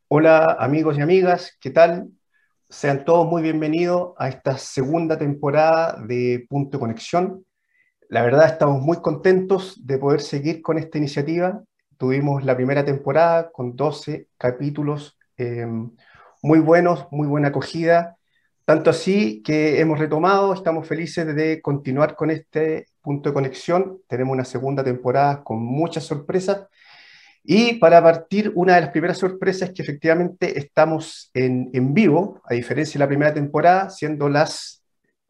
Hola amigos y amigas, ¿qué tal? Sean todos muy bienvenidos a esta segunda temporada de Punto de Conexión. La verdad estamos muy contentos de poder seguir con esta iniciativa. Tuvimos la primera temporada con 12 capítulos muy buenos, muy buena acogida, tanto así que hemos retomado, estamos felices de continuar con este Punto de Conexión. Tenemos una segunda temporada con muchas sorpresas y para partir, una de las primeras sorpresas es que efectivamente estamos en vivo, a diferencia de la primera temporada, siendo las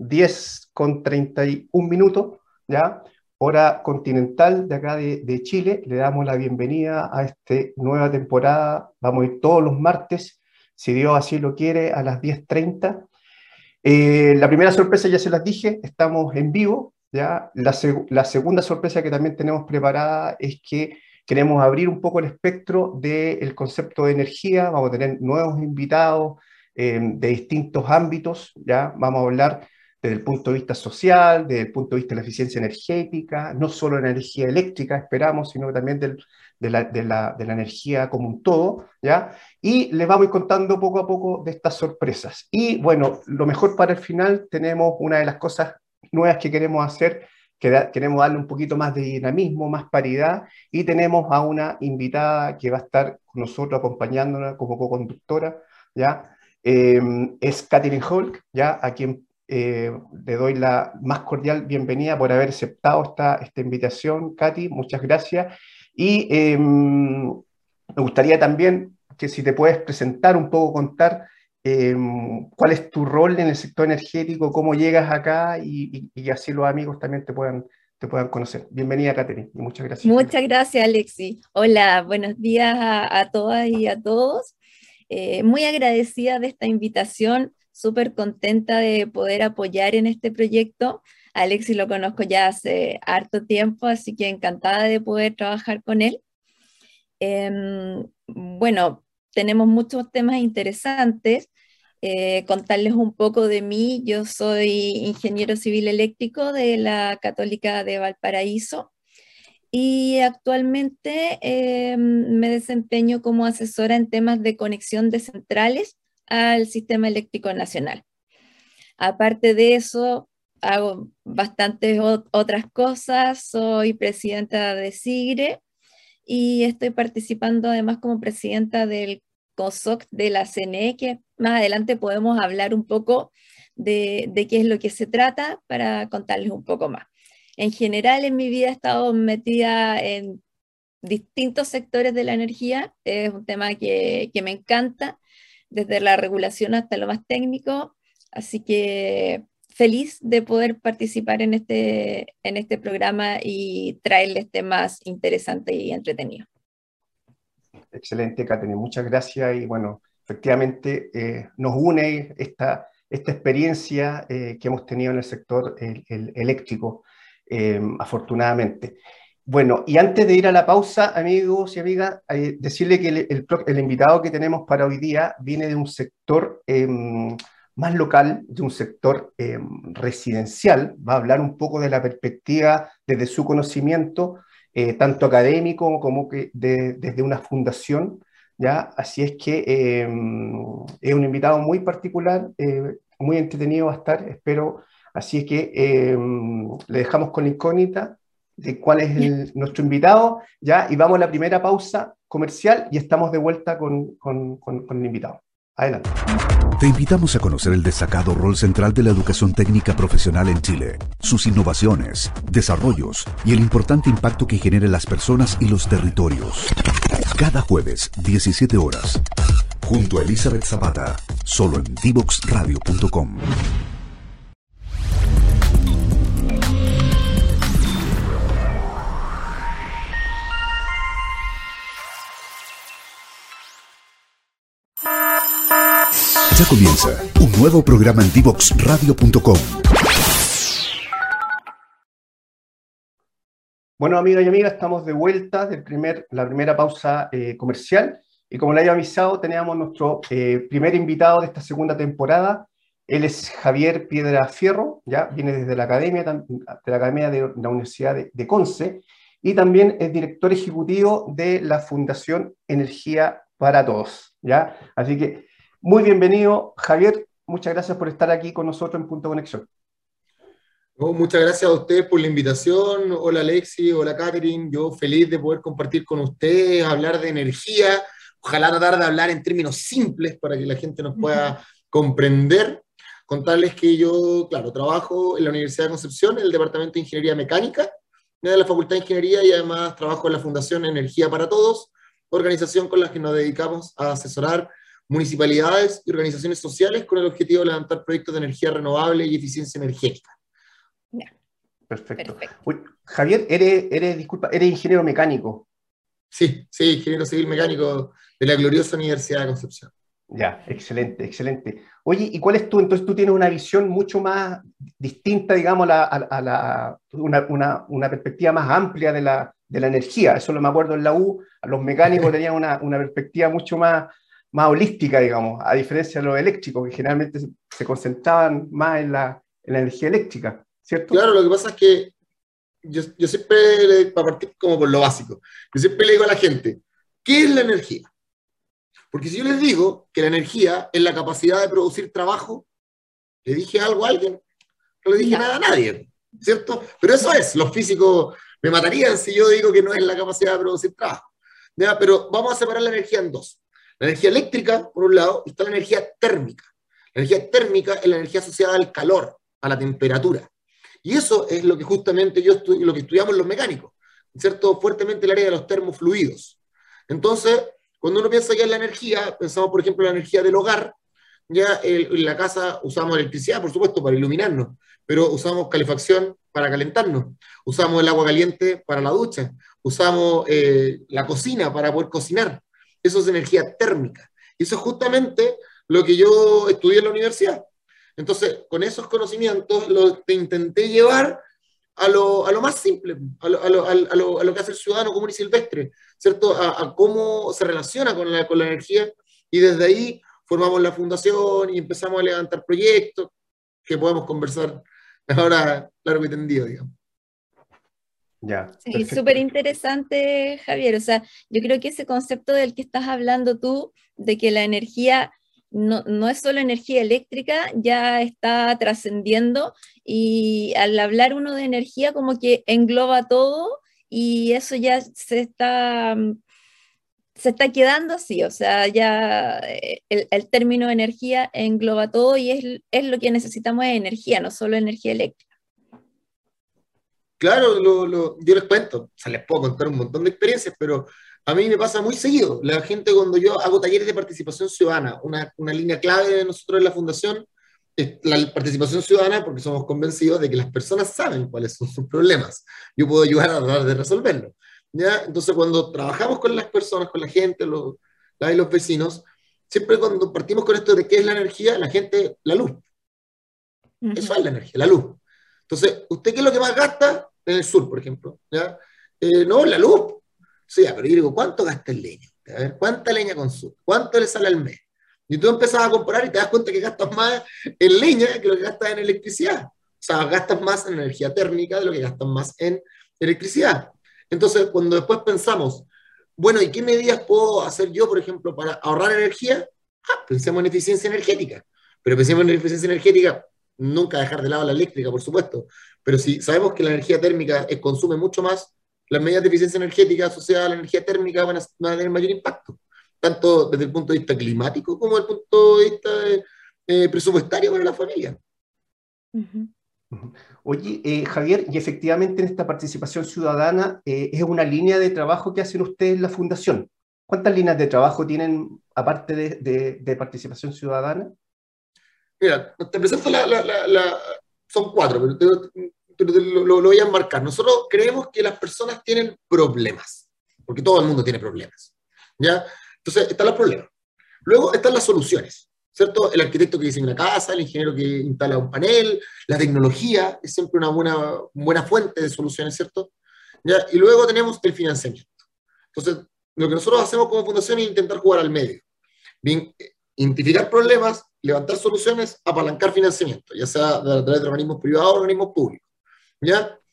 10:31, ¿ya? Hora continental de acá de Chile. Le damos la bienvenida a esta nueva temporada. Vamos a ir todos los martes, si Dios así lo quiere, a las 10:30. La primera sorpresa ya se las dije, estamos en vivo, ¿ya? La segunda sorpresa que también tenemos preparada es que queremos abrir un poco el espectro del concepto de energía. Vamos a tener nuevos invitados de distintos ámbitos, ¿ya? Vamos a hablar desde el punto de vista social, desde el punto de vista de la eficiencia energética, no solo de la energía eléctrica, esperamos, sino también de la energía como un todo, ¿ya? Y les vamos a ir contando poco a poco de estas sorpresas. Y bueno, lo mejor para el final, tenemos una de las cosas nuevas que queremos hacer, queremos darle un poquito más de dinamismo, más paridad, y tenemos a una invitada que va a estar con nosotros acompañándonos como co-conductora, ¿ya? Es Katherine Holk, ¿ya? A quien le doy la más cordial bienvenida por haber aceptado esta invitación, Katy, muchas gracias. Y me gustaría también que si te puedes presentar un poco, contar cuál es tu rol en el sector energético, cómo llegas acá y así los amigos también te puedan conocer. Bienvenida, Catherine, y muchas gracias. Muchas gracias, Alexi. Hola, buenos días a todas y a todos. Muy agradecida de esta invitación, súper contenta de poder apoyar en este proyecto. Alexi lo conozco ya hace harto tiempo, así que encantada de poder trabajar con él. Bueno, tenemos muchos temas interesantes. Contarles un poco de mí. Yo soy ingeniero civil eléctrico de la Católica de Valparaíso y actualmente me desempeño como asesora en temas de conexión de centrales al sistema eléctrico nacional. Aparte de eso, hago bastantes otras cosas. Soy presidenta de SIGRE y estoy participando además como presidenta del COSOC de la CNE, que más adelante podemos hablar un poco de qué es lo que se trata para contarles un poco más. En general, en mi vida he estado metida en distintos sectores de la energía. Es un tema que me encanta, desde la regulación hasta lo más técnico. Así que feliz de poder participar en este programa y traerles temas interesantes y entretenidos. Excelente, Catherine, muchas gracias. Y bueno, efectivamente nos une esta experiencia que hemos tenido en el sector el eléctrico, afortunadamente. Bueno, y antes de ir a la pausa, amigos y amigas, decirle que el invitado que tenemos para hoy día viene de un sector más local, de un sector residencial. Va a hablar un poco de la perspectiva desde su conocimiento tanto académico como que desde una fundación, ¿ya? Así es que es un invitado muy particular, muy entretenido va a estar, espero. Así es que le dejamos con la incógnita de cuál es nuestro invitado, ¿ya? Y vamos a la primera pausa comercial y estamos de vuelta con el invitado. Adelante. Te invitamos a conocer el destacado rol central de la educación técnica profesional en Chile, sus innovaciones, desarrollos y el importante impacto que genera en las personas y los territorios. Cada jueves, 17 horas, junto a Elizabeth Zapata, solo en divoxradio.com. Ya comienza un nuevo programa en divoxradio.com. Bueno, amigas y amigas, estamos de vuelta de la primera pausa comercial. Y como le había avisado, teníamos nuestro primer invitado de esta segunda temporada. Él es Javier Piedra Fierro, ya viene desde la academia, de la Universidad de Conce, y también es director ejecutivo de la Fundación Energía para todos, ¿ya? Así que muy bienvenido, Javier. Muchas gracias por estar aquí con nosotros en Punto Conexión. No, muchas gracias a ustedes por la invitación. Hola Alexi, hola Catherine. Yo feliz de poder compartir con ustedes, hablar de energía. Ojalá tratar de hablar en términos simples para que la gente nos pueda comprender. Contarles que yo, claro, trabajo en la Universidad de Concepción, en el Departamento de Ingeniería Mecánica, de la Facultad de Ingeniería, y además trabajo en la Fundación Energía para Todos, organización con la que nos dedicamos a asesorar municipalidades y organizaciones sociales con el objetivo de levantar proyectos de energía renovable y eficiencia energética. Perfecto. Uy, Javier, disculpa, eres ingeniero mecánico. Sí, ingeniero civil mecánico de la gloriosa Universidad de Concepción. Ya, excelente, excelente. Oye, ¿y cuál es entonces tú tienes una visión mucho más distinta, digamos, una perspectiva más amplia de la energía? Eso lo me acuerdo en la U, los mecánicos tenían una perspectiva mucho más holística, digamos, a diferencia de los eléctricos, que generalmente se concentraban más en la energía eléctrica, ¿cierto? Claro, lo que pasa es que yo siempre, para partir como por lo básico, yo siempre le digo a la gente, ¿qué es la energía? Porque si yo les digo que la energía es la capacidad de producir trabajo, ¿le dije algo a alguien? No le dije nada a nadie, ¿cierto? Pero eso es, los físicos me matarían si yo digo que no es la capacidad de producir trabajo. ¿Ya? Pero vamos a separar la energía en dos. La energía eléctrica, por un lado, y está la energía térmica. La energía térmica es la energía asociada al calor, a la temperatura. Y eso es lo que justamente lo que estudiamos los mecánicos, ¿cierto? Fuertemente el área de los termofluidos. Entonces, cuando uno piensa ya en la energía, pensamos, por ejemplo, en la energía del hogar. Ya en la casa usamos electricidad, por supuesto, para iluminarnos, pero usamos calefacción para calentarnos, usamos el agua caliente para la ducha, usamos la cocina para poder cocinar. Eso es energía térmica. Y eso es justamente lo que yo estudié en la universidad. Entonces, con esos conocimientos te intenté llevar a lo más simple, a lo que hace el ciudadano común y silvestre, ¿cierto? A cómo se relaciona con la energía, y desde ahí formamos la fundación y empezamos a levantar proyectos que podemos conversar ahora largo y tendido, digamos. Ya, sí, súper interesante, Javier. O sea, yo creo que ese concepto del que estás hablando tú, de que la energía no es solo energía eléctrica, ya está trascendiendo, y al hablar uno de energía como que engloba todo, y eso ya se está quedando así. O sea, ya el término energía engloba todo, y es lo que necesitamos, es energía, no solo energía eléctrica. Claro, yo les cuento, o sea, les puedo contar un montón de experiencias, pero a mí me pasa muy seguido. La gente, cuando yo hago talleres de participación ciudadana, una línea clave de nosotros en la fundación es la participación ciudadana, porque somos convencidos de que las personas saben cuáles son sus problemas. Yo puedo ayudar a tratar de resolverlos, ¿ya? Entonces, cuando trabajamos con las personas, con la gente, los vecinos, siempre cuando partimos con esto de qué es la energía, la gente, la luz. Eso es la energía, la luz. Entonces, ¿usted qué es lo que más gasta? En el sur, por ejemplo, ¿ya? No, la luz. Sí, pero yo digo, ¿cuánto gasta el leño? A ver, ¿cuánta leña consume? ¿Cuánto le sale al mes? Y tú empezás a comparar y te das cuenta que gastas más en leña que lo que gastas en electricidad. O sea, gastas más en energía térmica de lo que gastas más en electricidad. Entonces, cuando después pensamos, bueno, ¿y qué medidas puedo hacer yo, por ejemplo, para ahorrar energía? Pensemos en eficiencia energética. Pero pensemos en eficiencia energética, nunca dejar de lado la eléctrica, por supuesto. Pero si sabemos que la energía térmica consume mucho más, las medidas de eficiencia energética asociadas a la energía térmica van a tener mayor impacto, tanto desde el punto de vista climático como desde el punto de vista presupuestario para la familia. Oye, Javier, y efectivamente en esta participación ciudadana es una línea de trabajo que hacen ustedes en la Fundación. ¿Cuántas líneas de trabajo tienen aparte de participación ciudadana? Mira, te presento son 4, pero lo voy a enmarcar. Nosotros creemos que las personas tienen problemas, porque todo el mundo tiene problemas, ¿ya? Entonces, están los problemas. Luego están las soluciones, ¿cierto? El arquitecto que diseña una casa, el ingeniero que instala un panel, la tecnología es siempre una buena fuente de soluciones, ¿cierto? ¿Ya? Y luego tenemos el financiamiento. Entonces, lo que nosotros hacemos como fundación es intentar jugar al medio. Bien, identificar problemas, levantar soluciones, apalancar financiamiento, ya sea a través de organismos privados o organismos públicos, ¿ya?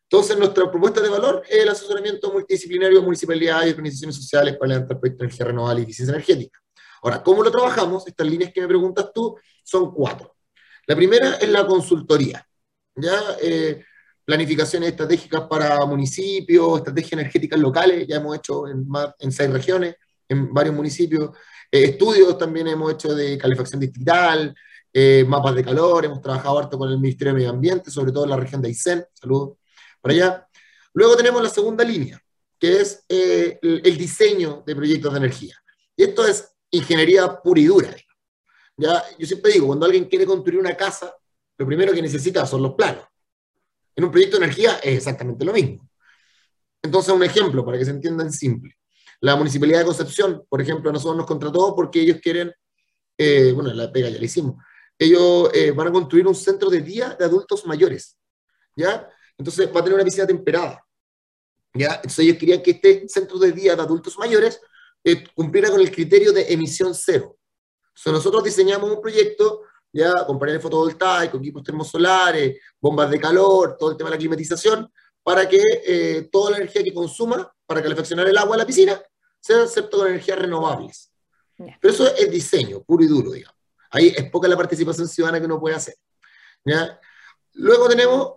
Entonces, nuestra propuesta de valor es el asesoramiento multidisciplinario de municipalidades y organizaciones sociales para levantar proyectos de energía renovable y eficiencia energética. Ahora, ¿cómo lo trabajamos? Estas líneas que me preguntas tú son 4. La primera es la consultoría, ¿ya? Planificaciones estratégicas para municipios, estrategias energéticas locales, ya hemos hecho en 6 regiones, en varios municipios. Estudios también hemos hecho de calefacción distrital, mapas de calor, hemos trabajado harto con el Ministerio de Medio Ambiente, sobre todo en la región de Aysén, saludos para allá. Luego tenemos la segunda línea, que es el diseño de proyectos de energía. Y esto es ingeniería pura y dura. ¿Ya? Yo siempre digo, cuando alguien quiere construir una casa, lo primero que necesita son los planos. En un proyecto de energía es exactamente lo mismo. Entonces, un ejemplo, para que se entienda en simple. La Municipalidad de Concepción, por ejemplo, a nosotros nos contrató porque ellos quieren, bueno, la pega ya la hicimos, ellos van a construir un centro de día de adultos mayores, ¿ya? Entonces va a tener una piscina temperada, ¿ya? Entonces ellos querían que este centro de día de adultos mayores cumpliera con el criterio de emisión cero. Entonces nosotros diseñamos un proyecto, ya, con paneles fotovoltaicos, equipos termosolares, bombas de calor, todo el tema de la climatización, para que toda la energía que consuma para calefaccionar el agua de la piscina sea excepto con energías renovables. Yeah. Pero eso es diseño, puro y duro, digamos. Ahí es poca la participación ciudadana que uno puede hacer, ¿ya? Luego tenemos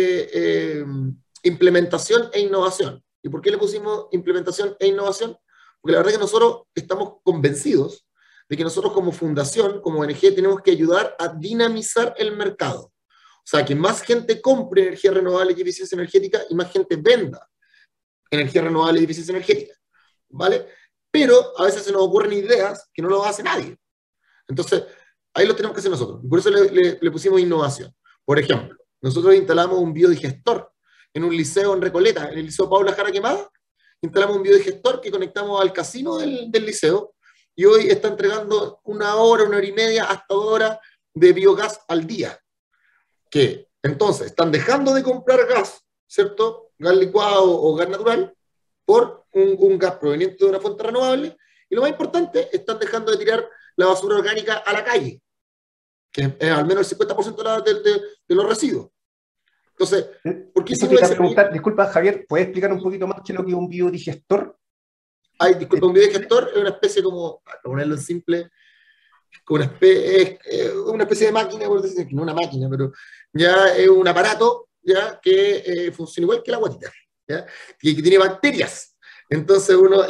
implementación e innovación. ¿Y por qué le pusimos implementación e innovación? Porque la verdad es que nosotros estamos convencidos de que nosotros como fundación, como ONG, tenemos que ayudar a dinamizar el mercado. O sea, que más gente compre energía renovable y eficiencia energética y más gente venda energía renovable y eficiencia energética, ¿vale? Pero a veces se nos ocurren ideas que no lo hace nadie. Entonces, ahí lo tenemos que hacer nosotros. Y por eso le pusimos innovación. Por ejemplo, nosotros instalamos un biodigestor en un liceo en Recoleta, en el Liceo Paula Jara Quemada. Instalamos un biodigestor que conectamos al casino del liceo y hoy está entregando 1 hora, 1 hora y media, hasta 2 horas de biogás al día. Que entonces están dejando de comprar gas, ¿cierto? Gas licuado o gas natural por un gas proveniente de una fuente renovable. Y lo más importante, están dejando de tirar la basura orgánica a la calle, que es al menos el 50% de los residuos. Entonces, ¿por qué se puede preguntar? Disculpa, Javier, ¿puedes explicar un poquito más qué es lo que es un biodigestor? Ay, disculpa, un biodigestor es una especie como, para ponerlo en simple, una especie de máquina, por decir, no una máquina, pero ya es un aparato ya que funciona igual que la guatita, ¿ya? Y que tiene bacterias. Entonces uno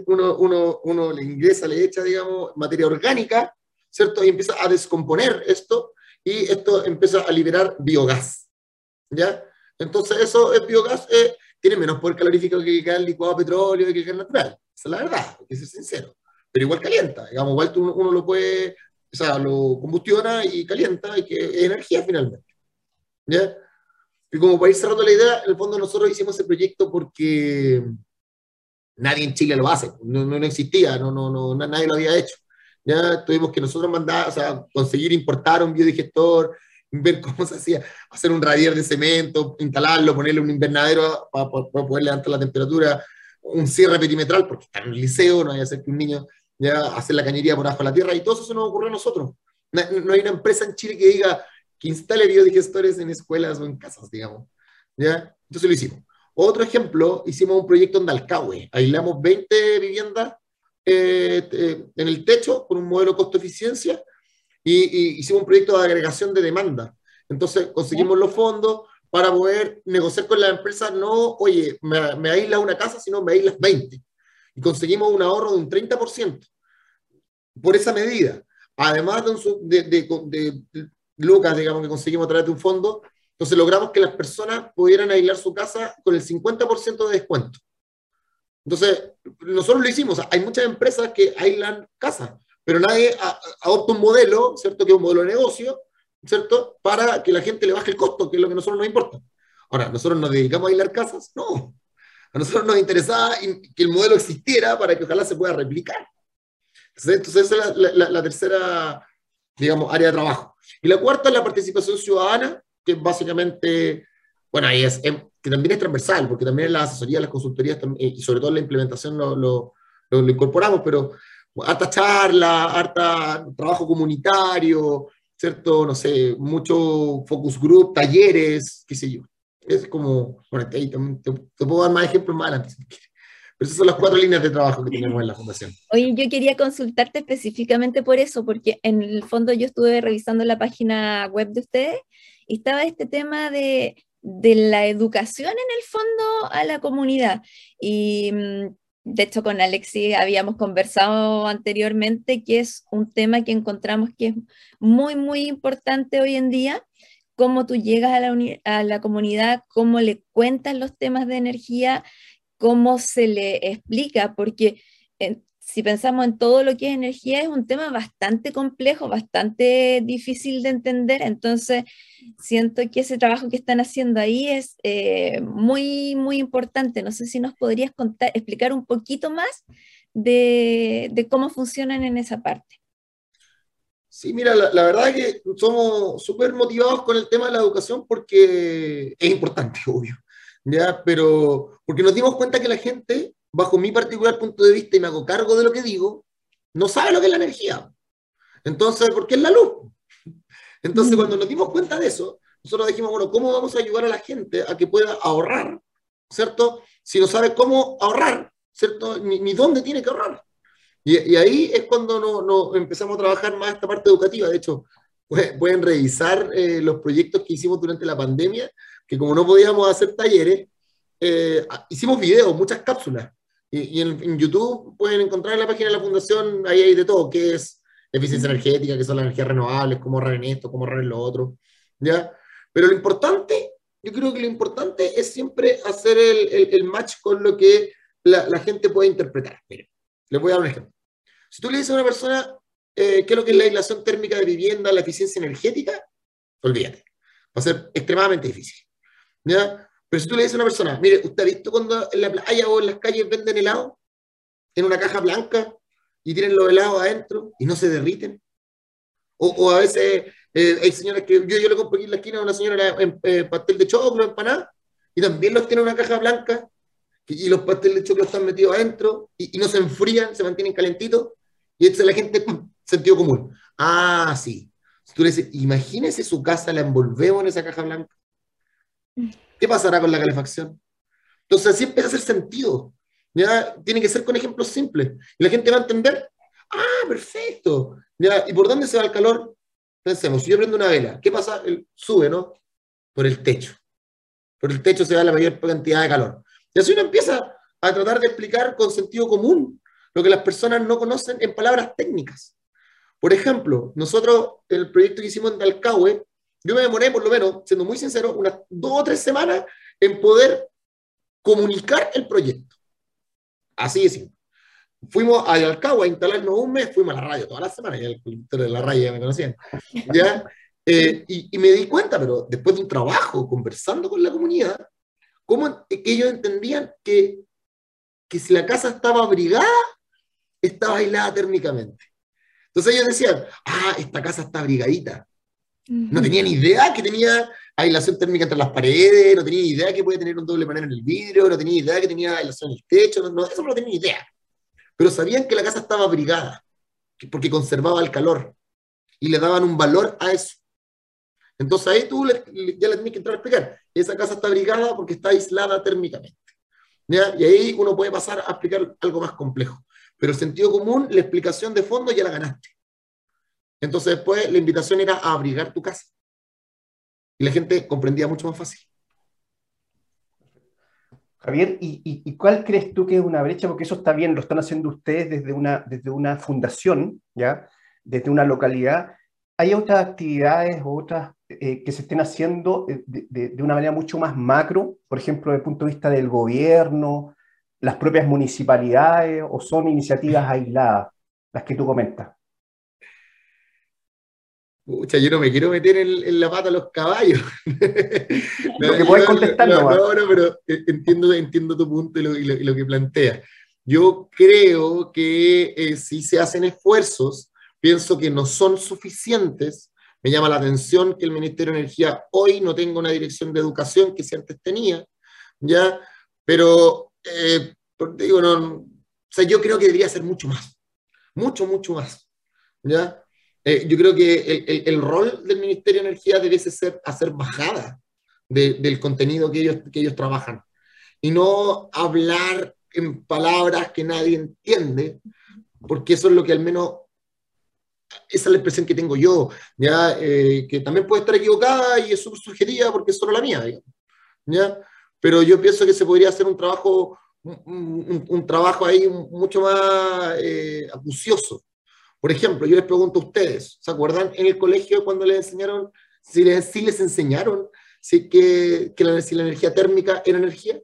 le ingresa, le echa, digamos, materia orgánica, ¿cierto? Y empieza a descomponer esto, y esto empieza a liberar biogás, ¿ya? Entonces eso es biogás, tiene menos poder calorífico que el gas licuado de petróleo y que el gas natural. Esa es la verdad, hay que ser sincero. Pero igual calienta, digamos, igual uno lo puede, o sea, lo combustiona y calienta, y que es energía finalmente, ¿ya? Y como para ir cerrando la idea, en el fondo nosotros hicimos ese proyecto porque nadie en Chile lo hace, no existía, nadie lo había hecho. Ya tuvimos que nosotros mandar, o sea, conseguir importar un biodigestor, ver cómo se hacía, hacer un radier de cemento, instalarlo, ponerle un invernadero para poder levantar la temperatura, un cierre perimetral, porque está en el liceo, no vaya a ser que un niño ya hacer la cañería por abajo de la tierra, y todo eso se nos ocurrió a nosotros. No hay una empresa en Chile que diga que instale biodigestores en escuelas o en casas, digamos, ¿ya? Entonces lo hicimos. Otro ejemplo, hicimos un proyecto en Dalcahue, aislamos 20 viviendas en el techo con un modelo costo-eficiencia, y hicimos un proyecto de agregación de demanda. Entonces conseguimos los fondos para poder negociar con la empresa, no, oye, me aísla una casa, sino me aíslas 20. Y conseguimos un ahorro de un 30% por esa medida. Además de lucas, digamos, que conseguimos a través de un fondo, entonces logramos que las personas pudieran aislar su casa con el 50% de descuento. Entonces, nosotros lo hicimos. Hay muchas empresas que aislan casas, pero nadie adopta un modelo, ¿cierto? Que es un modelo de negocio, ¿cierto? Para que la gente le baje el costo, que es lo que a nosotros nos importa. Ahora, ¿nosotros nos dedicamos a aislar casas? No. A nosotros nos interesaba que el modelo existiera para que ojalá se pueda replicar. Entonces esa es la tercera, digamos, área de trabajo. Y la cuarta es la participación ciudadana, que es básicamente, bueno, ahí que también es transversal, porque también en la asesoría, las consultorías, y sobre todo en la implementación lo incorporamos, pero harta charla, harta trabajo comunitario, ¿cierto? No sé, mucho focus group, talleres, qué sé yo. Es como, bueno, te puedo dar más ejemplos más adelante. Pero esas son las 4 líneas de trabajo que tenemos en la Fundación. Oye, yo quería consultarte específicamente por eso, porque en el fondo yo estuve revisando la página web de ustedes y estaba este tema de la educación en el fondo a la comunidad. Y de hecho con Alexis habíamos conversado anteriormente que es un tema que encontramos que es muy, muy importante hoy en día, cómo tú llegas a la comunidad, cómo le cuentas los temas de energía, cómo se le explica, porque si pensamos en todo lo que es energía, es un tema bastante complejo, bastante difícil de entender, entonces siento que ese trabajo que están haciendo ahí es muy, muy importante. No sé si nos podrías contar, explicar un poquito más de cómo funcionan en esa parte. Sí, mira, la verdad es que somos súper motivados con el tema de la educación porque es importante, obvio, ¿ya? Pero porque nos dimos cuenta que la gente, bajo mi particular punto de vista, y me hago cargo de lo que digo, no sabe lo que es la energía. Entonces, ¿por qué es la luz? Entonces, cuando nos dimos cuenta de eso, nosotros dijimos, bueno, ¿cómo vamos a ayudar a la gente a que pueda ahorrar, ¿cierto? Si no sabe cómo ahorrar, ¿cierto? Ni dónde tiene que ahorrar. Y ahí es cuando no empezamos a trabajar más esta parte educativa. De hecho, pueden revisar los proyectos que hicimos durante la pandemia, que como no podíamos hacer talleres, hicimos videos, muchas cápsulas. Y en YouTube pueden encontrar en la página de la Fundación, ahí hay de todo, que es eficiencia energética, que son las energías renovables, cómo ahorrar en esto, cómo ahorrar en lo otro, ¿ya? Pero lo importante, yo creo que lo importante es siempre hacer el match con lo que la gente puede interpretar. Miren, les voy a dar un ejemplo. Si tú le dices a una persona qué es lo que es la aislación térmica de vivienda, la eficiencia energética, olvídate, va a ser extremadamente difícil, ¿ya? Pero si tú le dices a una persona, mire, ¿usted ha visto cuando en la playa o en las calles venden helado en una caja blanca y tienen los helados adentro y no se derriten? O a veces hay señoras que yo le compro aquí en la esquina a una señora pastel de choclo, empanada, y también los tiene en una caja blanca y los pasteles de choclo están metidos adentro y no se enfrían, se mantienen calentitos, y entonces la gente, sentido común. Ah, sí. Si tú le dices, imagínese su casa, la envolvemos en esa caja blanca. ¿Qué pasará con la calefacción? Entonces así empieza a hacer sentido. ¿Ya? Tiene que ser con ejemplos simples. Y la gente va a entender, ah, perfecto. ¿Ya? ¿Y por dónde se va el calor? Pensemos, si yo prendo una vela, ¿qué pasa? Sube, ¿no? Por el techo. Por el techo se va la mayor cantidad de calor. Y así uno empieza a tratar de explicar con sentido común lo que las personas no conocen en palabras técnicas. Por ejemplo, nosotros, en el proyecto que hicimos en Dalcahue, yo me demoré, por lo menos, siendo muy sincero, unas 2 o 3 semanas en poder comunicar el proyecto. Así de simple. Fuimos a Dalcahue a instalarnos un mes, fuimos a la radio todas las semanas, ya el director de la radio ya me conocían, ¿ya? Y me di cuenta, pero después de un trabajo, conversando con la comunidad, cómo ellos entendían que si la casa estaba abrigada, estaba aislada térmicamente. Entonces ellos decían, ah, esta casa está abrigadita. No tenía ni idea que tenía aislación térmica entre las paredes, no tenía ni idea que podía tener un doble panel en el vidrio, no tenía ni idea que tenía aislación en el techo, eso no tenía ni idea. Pero sabían que la casa estaba abrigada, porque conservaba el calor, y le daban un valor a eso. Entonces ahí tú ya le tienes que entrar a explicar, esa casa está abrigada porque está aislada térmicamente, ¿ya? Y ahí uno puede pasar a explicar algo más complejo. Pero el sentido común, la explicación de fondo ya la ganaste. Entonces después la invitación era a abrigar tu casa. Y la gente comprendía mucho más fácil. Javier, ¿y cuál crees tú que es una brecha? Porque eso está bien, lo están haciendo ustedes desde una fundación, ¿ya? Desde una localidad. ¿Hay otras actividades o otras que se estén haciendo de una manera mucho más macro? Por ejemplo, desde el punto de vista del gobierno, las propias municipalidades, o son iniciativas aisladas las que tú comentas? Pucha, yo no me quiero meter en la pata a los caballos. Lo que puedes contestar nomás. No, pero entiendo tu punto y lo que planteas. Yo creo que si se hacen esfuerzos, pienso que no son suficientes. Me llama la atención que el Ministerio de Energía hoy no tenga una dirección de educación que si antes tenía, ¿ya? Pero, digo, no, o sea, yo creo que debería ser mucho más, mucho más, ¿ya? Yo creo que el rol del Ministerio de Energía debe ser hacer bajadas del contenido que ellos trabajan. Y no hablar en palabras que nadie entiende, porque eso es lo que al menos, esa es la impresión que tengo yo, ¿ya? Que también puede estar equivocada y es súper subjetiva porque es solo la mía, digamos, ¿ya? Pero yo pienso que se podría hacer un trabajo, un trabajo ahí mucho más acucioso. Por ejemplo, yo les pregunto a ustedes, ¿se acuerdan en el colegio cuando les enseñaron, si les enseñaron si la energía térmica era energía?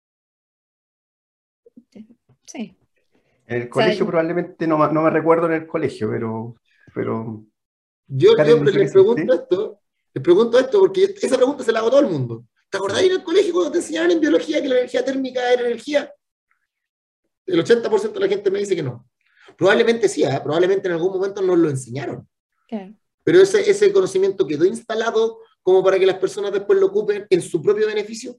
Sí. En el O sea, colegio probablemente no me recuerdo en el colegio, pero Yo Karen dice que les sí, pregunto ¿sí? esto, porque esa pregunta se la hago a todo el mundo. ¿Te acordás en el colegio cuando te enseñaron en biología que la energía térmica era energía? El 80% de la gente me dice que no. Probablemente sí, probablemente en algún momento nos lo enseñaron, claro. pero ese conocimiento quedó instalado como para que las personas después lo ocupen en su propio beneficio.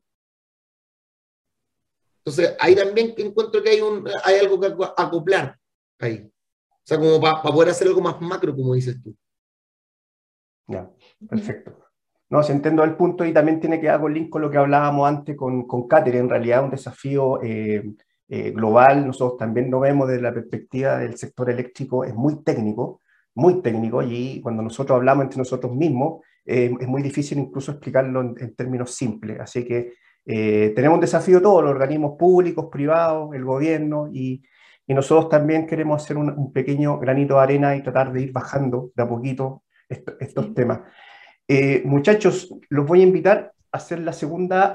Entonces, ahí también encuentro que hay algo que acoplar ahí. O sea, como para poder hacer algo más macro, como dices tú. Ya, perfecto. No, se entiendo el punto y también tiene que ver con link con lo que hablábamos antes con Katherine. En realidad, un desafío global. Nosotros también lo vemos desde la perspectiva del sector eléctrico, es muy técnico, y cuando nosotros hablamos entre nosotros mismos, es muy difícil incluso explicarlo en términos simples. Así que tenemos un desafío todos, los organismos públicos, privados, el gobierno, y nosotros también queremos hacer un pequeño granito de arena y tratar de ir bajando de a poquito estos temas. Muchachos, los voy a invitar a hacer la segunda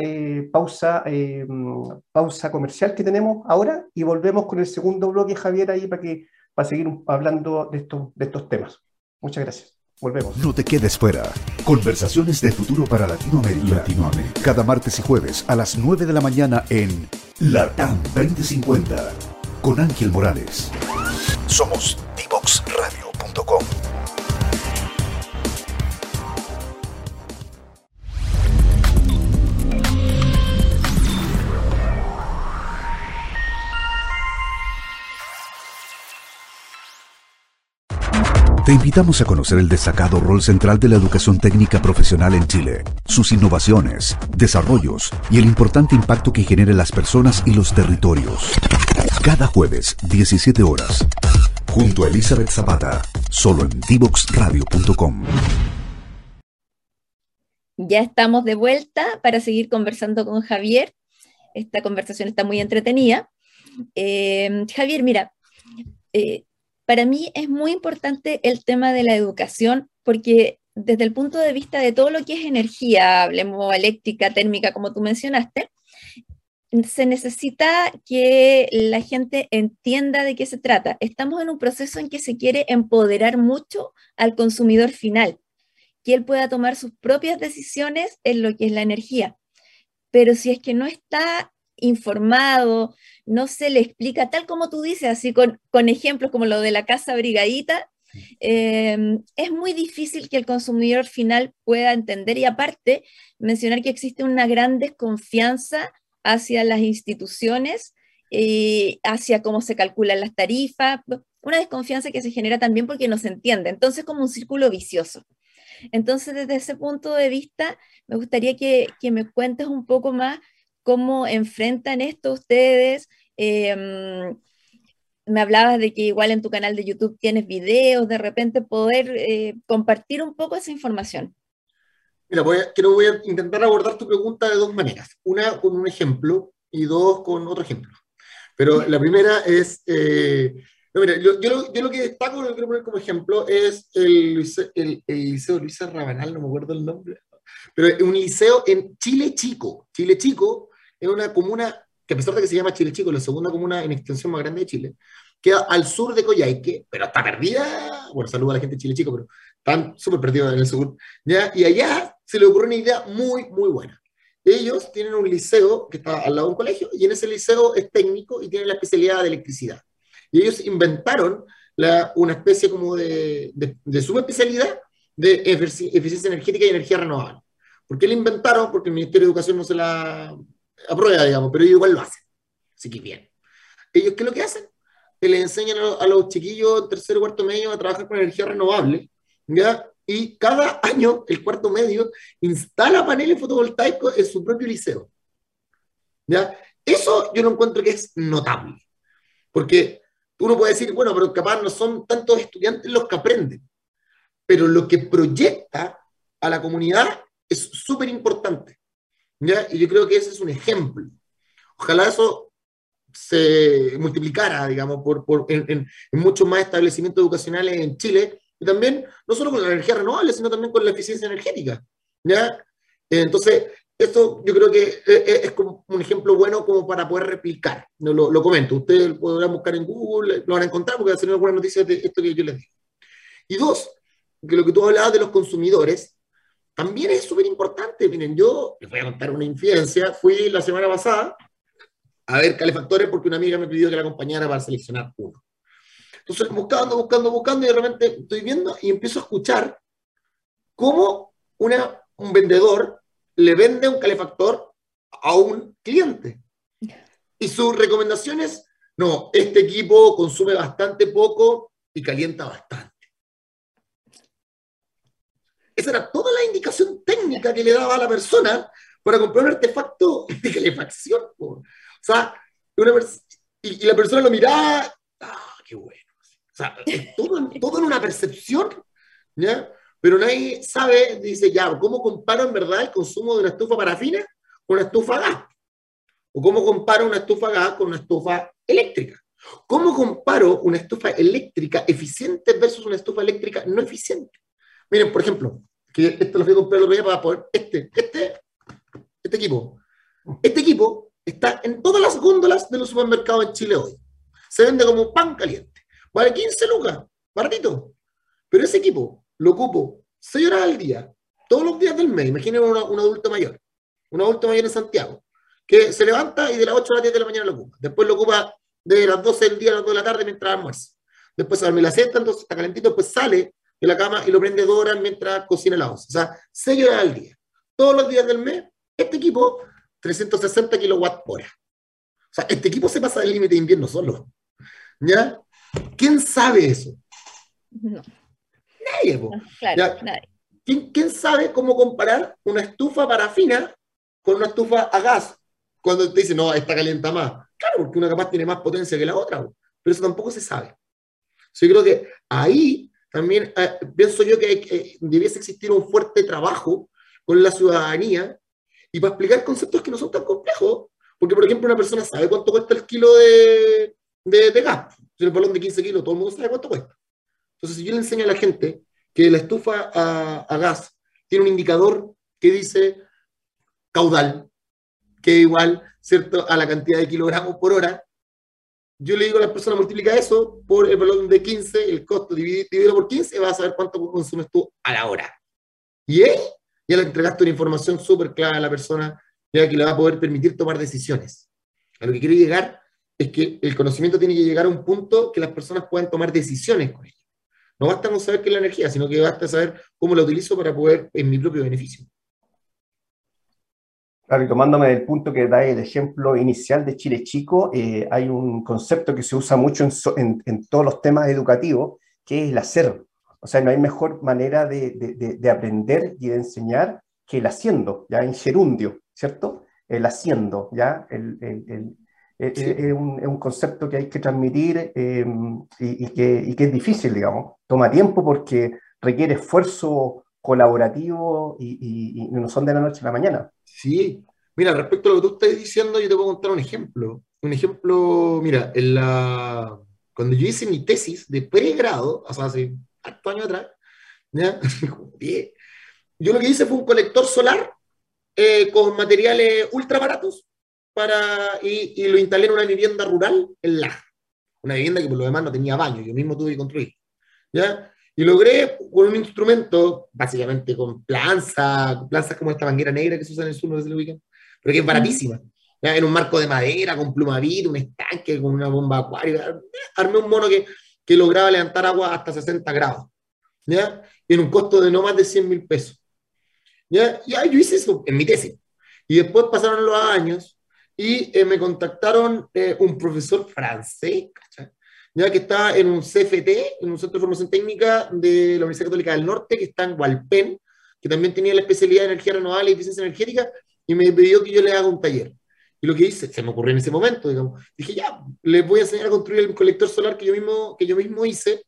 pausa comercial que tenemos ahora y volvemos con el segundo bloque, Javier, ahí para seguir hablando de estos temas. Muchas gracias. Volvemos. No te quedes fuera. Conversaciones de futuro para Latinoamérica. Cada martes y jueves a las 9 de la mañana en LATAM 2050 con Ángel Morales. Somos divoxradio.com. Te invitamos a conocer el destacado rol central de la educación técnica profesional en Chile, sus innovaciones, desarrollos y el importante impacto que genera en las personas y los territorios. Cada jueves, 17 horas, junto a Elizabeth Zapata, solo en divoxradio.com. Ya estamos de vuelta para seguir conversando con Javier. Esta conversación está muy entretenida. Javier, mira, para mí es muy importante el tema de la educación porque desde el punto de vista de todo lo que es energía, hablemos eléctrica, térmica, como tú mencionaste, se necesita que la gente entienda de qué se trata. Estamos en un proceso en que se quiere empoderar mucho al consumidor final, que él pueda tomar sus propias decisiones en lo que es la energía. Pero si es que no está informado, no se le explica, tal como tú dices, así con ejemplos como lo de la casa brigadita, es muy difícil que el consumidor final pueda entender y aparte mencionar que existe una gran desconfianza hacia las instituciones, hacia cómo se calculan las tarifas, una desconfianza que se genera también porque no se entiende, entonces como un círculo vicioso. Entonces desde ese punto de vista me gustaría que me cuentes un poco más cómo enfrentan esto ustedes. Me hablabas de que igual en tu canal de YouTube tienes videos, de repente poder compartir un poco esa información. Mira, voy a intentar abordar tu pregunta de dos maneras. Una con un ejemplo y dos con otro ejemplo. Pero la primera es... no, mira, yo lo que destaco, lo que quiero poner como ejemplo, es el Liceo Luisa Rabanal, no me acuerdo el nombre, pero es un liceo en Chile Chico. Chile Chico es una comuna que a pesar de que se llama Chile Chico, es la segunda comuna en extensión más grande de Chile, queda al sur de Coyhaique, pero está perdida. Bueno, saludo a la gente de Chile Chico, pero están súper perdidos en el sur. ¿Ya? Y allá se le ocurrió una idea muy, muy buena. Ellos tienen un liceo que está al lado de un colegio, y en ese liceo es técnico y tiene la especialidad de electricidad. Y ellos inventaron una especie como de subespecialidad de eficiencia energética y energía renovable. ¿Por qué la inventaron? Porque el Ministerio de Educación no se la aprueba, digamos, pero ellos igual lo hacen. Así que bien. ¿Ellos qué es lo que hacen? Que les enseñan a los chiquillos en tercero o cuarto medio a trabajar con energía renovable, ¿ya? y cada año el cuarto medio instala paneles fotovoltaicos en su propio liceo. ¿Ya? Eso yo lo encuentro que es notable, porque uno puede decir, bueno, pero capaz no son tantos estudiantes los que aprenden, pero lo que proyecta a la comunidad es súper importante. ¿Ya? Y yo creo que ese es un ejemplo. Ojalá eso se multiplicara, digamos, en muchos más establecimientos educacionales en Chile, y también, no solo con la energía renovable, sino también con la eficiencia energética. ¿Ya? Entonces, esto yo creo que es como un ejemplo bueno como para poder replicar. No, lo comento, ustedes lo podrán buscar en Google, lo van a encontrar porque va a ser algunas noticias de esto que yo les digo. Y dos, que lo que tú hablabas de los consumidores, también es súper importante. Miren, yo les voy a contar una infidencia. Fui la semana pasada a ver calefactores porque una amiga me pidió que la acompañara para seleccionar uno. Entonces, buscando, y de repente estoy viendo y empiezo a escuchar cómo un vendedor le vende un calefactor a un cliente. Y su recomendación es, no, este equipo consume bastante poco y calienta bastante. Esa era toda la indicación técnica que le daba a la persona para comprar un artefacto de calefacción. O sea, y la persona lo miraba, qué bueno. O sea, es todo en una percepción, ¿ya? Pero nadie sabe, dice, ya, ¿cómo comparo en verdad el consumo de una estufa parafina con una estufa a gas? ¿O cómo comparo una estufa a gas con una estufa eléctrica? ¿Cómo comparo una estufa eléctrica eficiente versus una estufa eléctrica no eficiente? Miren, por ejemplo, que esto lo fui a comprar el otro día para poder, este equipo. Este equipo está en todas las góndolas de los supermercados en Chile hoy. Se vende como pan caliente. Vale 15 lucas, baratito. Pero ese equipo lo ocupo 6 horas al día, todos los días del mes. Imaginen un adulto mayor en Santiago, que se levanta y de las 8 a las 10 de la mañana lo ocupa. Después lo ocupa de las 12 del día a las 2 de la tarde mientras almuerza. Después se duerme la siesta, entonces está calentito, después sale de la cama y lo prende 2 horas mientras cocina la once. O sea, 6 horas al día. Todos los días del mes, este equipo, 360 kilowatt hora. O sea, este equipo se pasa del límite de invierno solo. ¿Ya? ¿Quién sabe eso? No. Nadie, po. No, claro, ¿Ya? nadie. ¿Quién sabe cómo comparar una estufa parafina con una estufa a gas? Cuando te dicen, no, esta calienta más. Claro, porque una capaz tiene más potencia que la otra, po. Pero eso tampoco se sabe. Yo creo que ahí también pienso yo que debiese existir un fuerte trabajo con la ciudadanía y para explicar conceptos que no son tan complejos. Porque, por ejemplo, una persona sabe cuánto cuesta el kilo de gas. Si el balón de 15 kilos, todo el mundo sabe cuánto cuesta. Entonces, si yo le enseño a la gente que la estufa a gas tiene un indicador que dice caudal, que es igual, ¿cierto?, a la cantidad de kilogramos por hora, yo le digo a la persona, multiplica eso por el balón de 15, el costo dividido por 15, vas a saber cuánto consumes tú a la hora. Y ahí ya le entregaste una información súper clara a la persona, ya que le va a poder permitir tomar decisiones. A lo que quiero llegar es que el conocimiento tiene que llegar a un punto que las personas puedan tomar decisiones con ello. No basta con saber qué es la energía, sino que basta saber cómo la utilizo para poder, en mi propio beneficio. Claro, y tomándome del punto que da el ejemplo inicial de Chile Chico, hay un concepto que se usa mucho en todos los temas educativos, que es el hacer. O sea, no hay mejor manera de aprender y de enseñar que el haciendo, ¿ya? En gerundio, ¿cierto? El haciendo, ¿ya? Sí. Es un concepto que hay que transmitir y que es difícil, digamos. Toma tiempo porque requiere esfuerzo colaborativo y no son de la noche a la mañana. Sí, mira, respecto a lo que tú estás diciendo, yo te puedo contar un ejemplo. Un ejemplo, mira, cuando yo hice mi tesis de pregrado, o sea, hace 8 años atrás, ¿ya? Como 10, yo lo que hice fue un colector solar con materiales ultra baratos y lo instalé en una vivienda rural en Laja. Una vivienda que por lo demás no tenía baño, yo mismo tuve que construir. ¿Ya? Y logré con un instrumento, básicamente con planzas como esta manguera negra que se usa en el sur, no sé si lo ubican, pero que es baratísima. ¿Ya? En un marco de madera, con plumavit, un estanque, con una bomba acuática. Armé un mono que lograba levantar agua hasta 60 grados. ¿Ya? Y en un costo de no más de 100.000 pesos. ¿Ya? Yo hice eso en mi tesis. Y después pasaron los años y me contactaron un profesor francés, ¿cachai? ya que está en un CFT, en un Centro de Formación Técnica de la Universidad Católica del Norte, que está en Hualpén, que también tenía la especialidad de energía renovable y eficiencia energética, y me pidió que yo le haga un taller. Y lo que hice, se me ocurrió en ese momento, digamos, dije, ya, les voy a enseñar a construir el colector solar que yo mismo hice,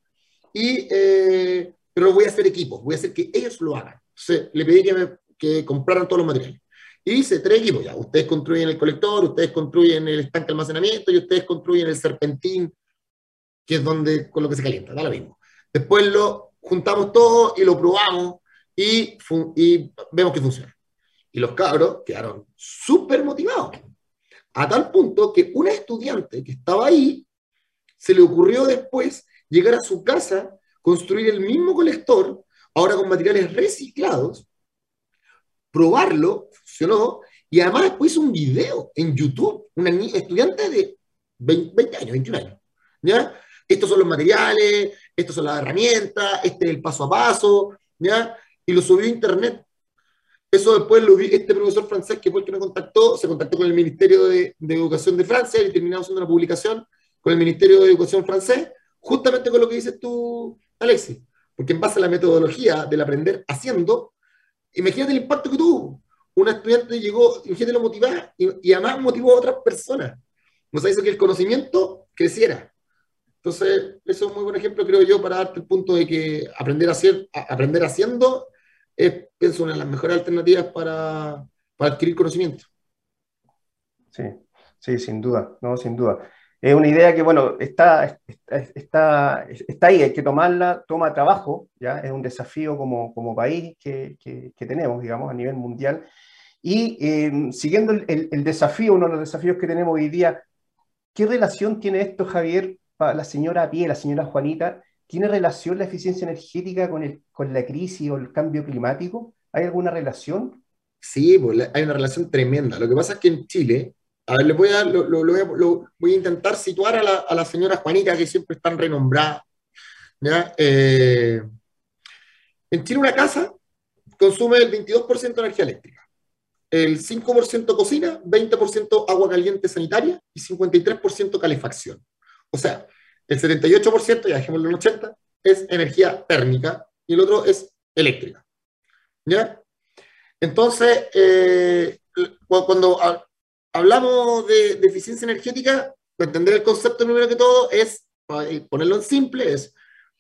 pero voy a hacer equipos, voy a hacer que ellos lo hagan. Entonces, le pedí que compraran todos los materiales. Y hice 3 equipos, ya, ustedes construyen el colector, ustedes construyen el estanque de almacenamiento, y ustedes construyen el serpentín, que es con lo que se calienta, da lo mismo. Después lo juntamos todo y lo probamos, y vemos que funciona. Y los cabros quedaron súper motivados. A tal punto que una estudiante que estaba ahí, se le ocurrió después llegar a su casa, construir el mismo colector, ahora con materiales reciclados, probarlo, funcionó, y además después hizo un video en YouTube, una estudiante de 20 años, 21 años, ¿ya? Estos son los materiales, estas son las herramientas, este es el paso a paso, ¿ya? Y lo subió a internet. Eso después lo vi, este profesor francés, que fue el que me contactó, se contactó con el Ministerio de Educación de Francia y terminamos haciendo una publicación con el Ministerio de Educación francés, justamente con lo que dices tú, Alexis, porque en base a la metodología del aprender haciendo, imagínate el impacto que tuvo. Una estudiante llegó, imagínate lo motivada, y además motivó a otras personas. Nos hizo que el conocimiento creciera. Entonces, eso es un muy buen ejemplo, creo yo, para darte el punto de que aprender haciendo es, pienso, una de las mejores alternativas para adquirir conocimiento. Sí, sí, sin duda, no, sin duda. Es una idea que, bueno, está ahí, hay que tomarla, toma trabajo, ¿ya? Es un desafío como país que tenemos, digamos, a nivel mundial. Y siguiendo el desafío, uno de los desafíos que tenemos hoy día, ¿qué relación tiene esto, Javier, para la señora a pie, la señora Juanita? ¿Tiene relación la eficiencia energética con la crisis o el cambio climático? ¿Hay alguna relación? Sí, pues, hay una relación tremenda. Lo que pasa es que en Chile, a ver, voy a intentar situar a la señora Juanita, que siempre es tan renombrada, ¿ya? En Chile una casa consume el 22% de energía eléctrica, el 5% cocina, 20% agua caliente sanitaria y 53% calefacción. O sea, el 78%, ya dejémoslo en 80%, es energía térmica y el otro es eléctrica, ¿ya? Entonces, cuando hablamos de eficiencia energética, entender el concepto primero que todo es, ponerlo en simple, es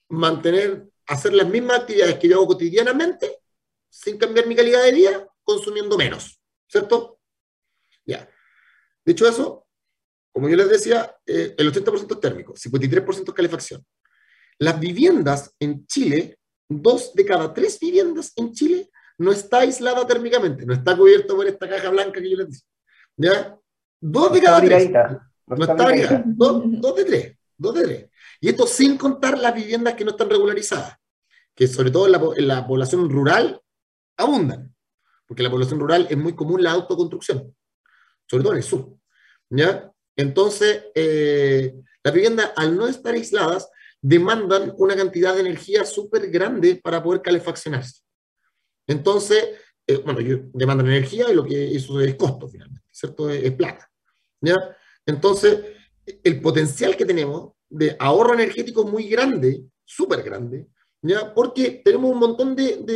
hacer las mismas actividades que yo hago cotidianamente, sin cambiar mi calidad de vida, consumiendo menos, ¿cierto? Ya. Dicho eso, como yo les decía, el 80% es térmico, 53% es calefacción. Las viviendas en Chile, 2 de cada 3 viviendas en Chile no está aislada térmicamente, no está cubierto por esta caja blanca que yo les decía. ¿Ya? 2 de cada 3. No está abrigada. 2 de 3. 2 de 3. Y esto sin contar las viviendas que no están regularizadas, que sobre todo en la población rural abundan, porque en la población rural es muy común la autoconstrucción, sobre todo en el sur, ¿ya? Entonces, las viviendas, al no estar aisladas, demandan una cantidad de energía súper grande para poder calefaccionarse. Entonces, bueno, demandan energía y lo que eso es costo, finalmente, ¿cierto? Es plata, ¿ya? Entonces, el potencial que tenemos de ahorro energético es muy grande, súper grande, ¿ya? Porque tenemos un montón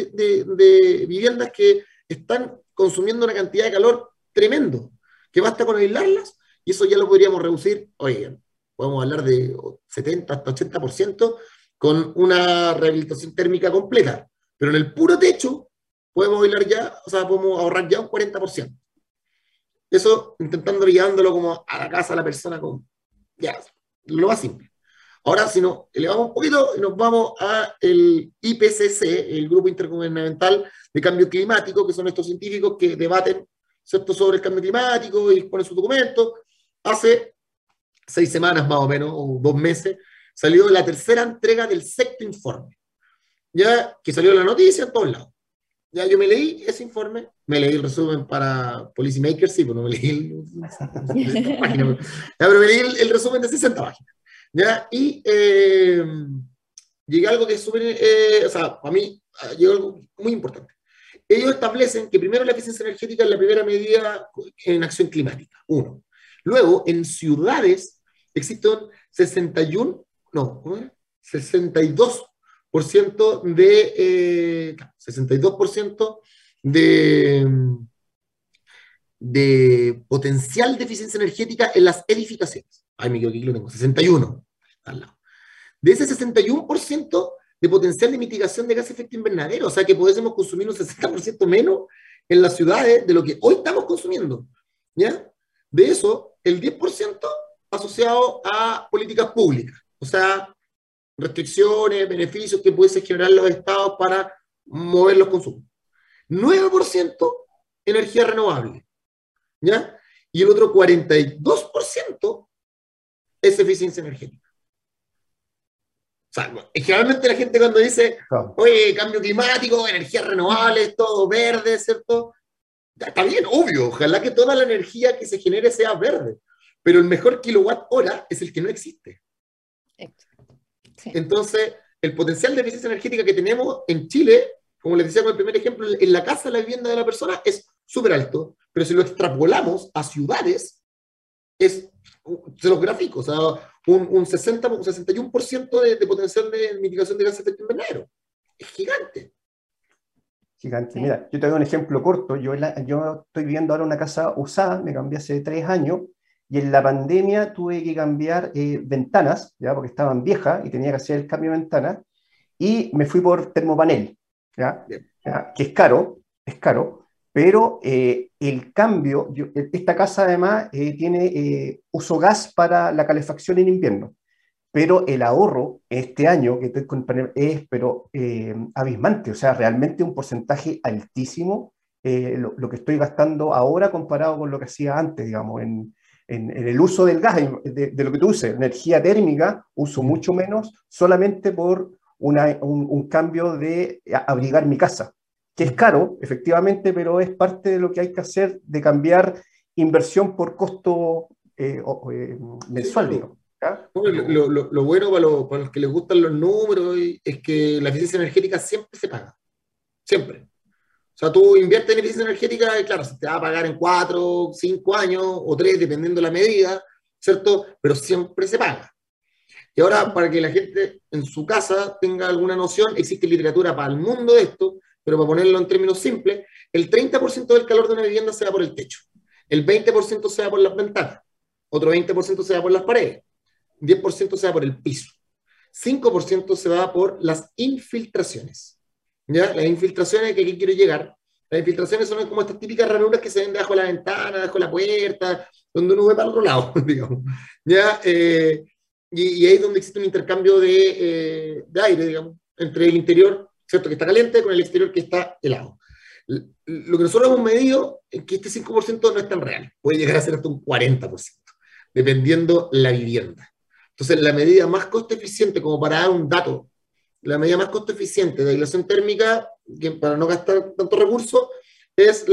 de viviendas que están consumiendo una cantidad de calor tremendo, que basta con aislarlas, y eso ya lo podríamos reducir, oigan, podemos hablar de 70 hasta 80% con una rehabilitación térmica completa, pero en el puro techo podemos bailar ya, o sea, podemos ahorrar ya un 40%. Eso intentando llevándolo como a la casa a la persona, con ya, lo más simple. Ahora, si nos elevamos un poquito y nos vamos al IPCC, el Grupo Intergubernamental de Cambio Climático, que son estos científicos que debaten, ¿cierto?, sobre el cambio climático y ponen sus documentos. Hace 6 semanas más o menos, o 2 meses, salió la tercera entrega del sexto informe, ya que salió en la noticia en todos lados. Ya yo me leí ese informe, me leí el resumen para Policy Makers, sí, pero no me leí páginas, pero me leí el resumen de 60 páginas. ¿Ya? Y llegué a algo que es súper, o sea, para mí llegó algo muy importante. Ellos establecen que primero la eficiencia energética es la primera medida en acción climática, 1. Luego, en ciudades existen 61 no, ¿cómo era? 62% de, 62% de potencial de eficiencia energética en las edificaciones. Ay, me equivoqué, lo tengo, 61, está al lado. De ese 61% de potencial de mitigación de gases de efecto invernadero, o sea que podemos consumir un 60% menos en las ciudades de lo que hoy estamos consumiendo, ¿ya? De eso, el 10% asociado a políticas públicas, o sea, restricciones, beneficios que pueden generar los estados para mover los consumos. 9% energía renovable, ¿ya? Y el otro 42% es eficiencia energética. O sea, generalmente la gente cuando dice, oye, cambio climático, energías renovables, todo verde, ¿cierto? Está bien, obvio, ojalá que toda la energía que se genere sea verde, pero el mejor kilowatt hora es el que no existe. Sí. Entonces, el potencial de eficiencia energética que tenemos en Chile, como les decía con el primer ejemplo, en la casa, la vivienda de la persona es súper alto, pero si lo extrapolamos a ciudades, se los grafico, o sea, un 60, un 61% de potencial de mitigación de gases de efecto invernadero. Es gigante. Gigante. Mira, yo te doy un ejemplo corto. Yo estoy viviendo ahora una casa usada, me cambié hace 3 años, y en la pandemia tuve que cambiar ventanas, ¿ya? Porque estaban viejas y tenía que hacer el cambio de ventanas, y me fui por termopanel, ¿ya? ¿Ya? Que es caro, pero el cambio, esta casa además tiene uso gas para la calefacción en invierno, pero el ahorro este año que estoy con es abismante, o sea, realmente un porcentaje altísimo lo que estoy gastando ahora comparado con lo que hacía antes, digamos, en el uso del gas, de lo que tú uses, energía térmica, uso mucho menos solamente por un cambio de abrigar mi casa, que es caro, efectivamente, pero es parte de lo que hay que hacer, de cambiar inversión por costo mensual, digamos. Lo bueno para los que les gustan los números es que la eficiencia energética siempre se paga. Siempre. O sea, tú inviertes en eficiencia energética y claro, se te va a pagar en 4, 5 años o 3, dependiendo de la medida, ¿cierto? Pero siempre se paga. Y ahora, para que la gente en su casa tenga alguna noción, existe literatura para el mundo de esto, pero para ponerlo en términos simples, el 30% del calor de una vivienda se va por el techo, el 20% se va por las ventanas, otro 20% se va por las paredes, 10% se va por el piso, 5% se va por las infiltraciones. ¿Ya? Las infiltraciones, que aquí quiero llegar, las infiltraciones son como estas típicas ranuras que se ven debajo de la ventana, debajo de la puerta, donde uno ve para el otro lado, digamos. ¿Ya? Y ahí es donde existe un intercambio de aire, digamos, entre el interior, ¿cierto?, que está caliente, con el exterior que está helado. Lo que nosotros hemos medido es que este 5% no es tan real, puede llegar a ser hasta un 40%, dependiendo la vivienda. Entonces, la medida más costo eficiente, como para dar un dato, la medida más costo eficiente de aislación térmica, que para no gastar tantos recursos, es